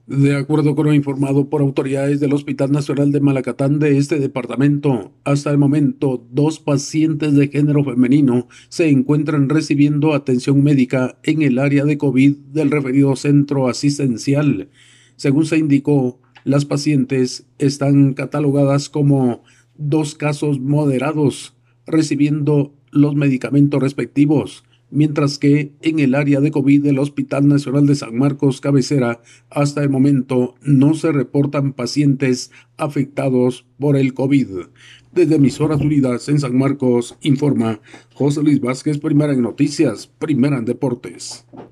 De acuerdo con lo informado por autoridades del Hospital Nacional de Malacatán de este departamento, hasta el momento, dos pacientes de género femenino se encuentran recibiendo atención médica en el área de COVID del referido centro asistencial. Según se indicó, las pacientes están catalogadas como dos casos moderados, recibiendo los medicamentos respectivos, mientras que en el área de COVID del Hospital Nacional de San Marcos Cabecera, hasta el momento no se reportan pacientes afectados por el COVID. Desde Emisoras Unidas en San Marcos, informa José Luis Vázquez, primera en noticias, primera en deportes.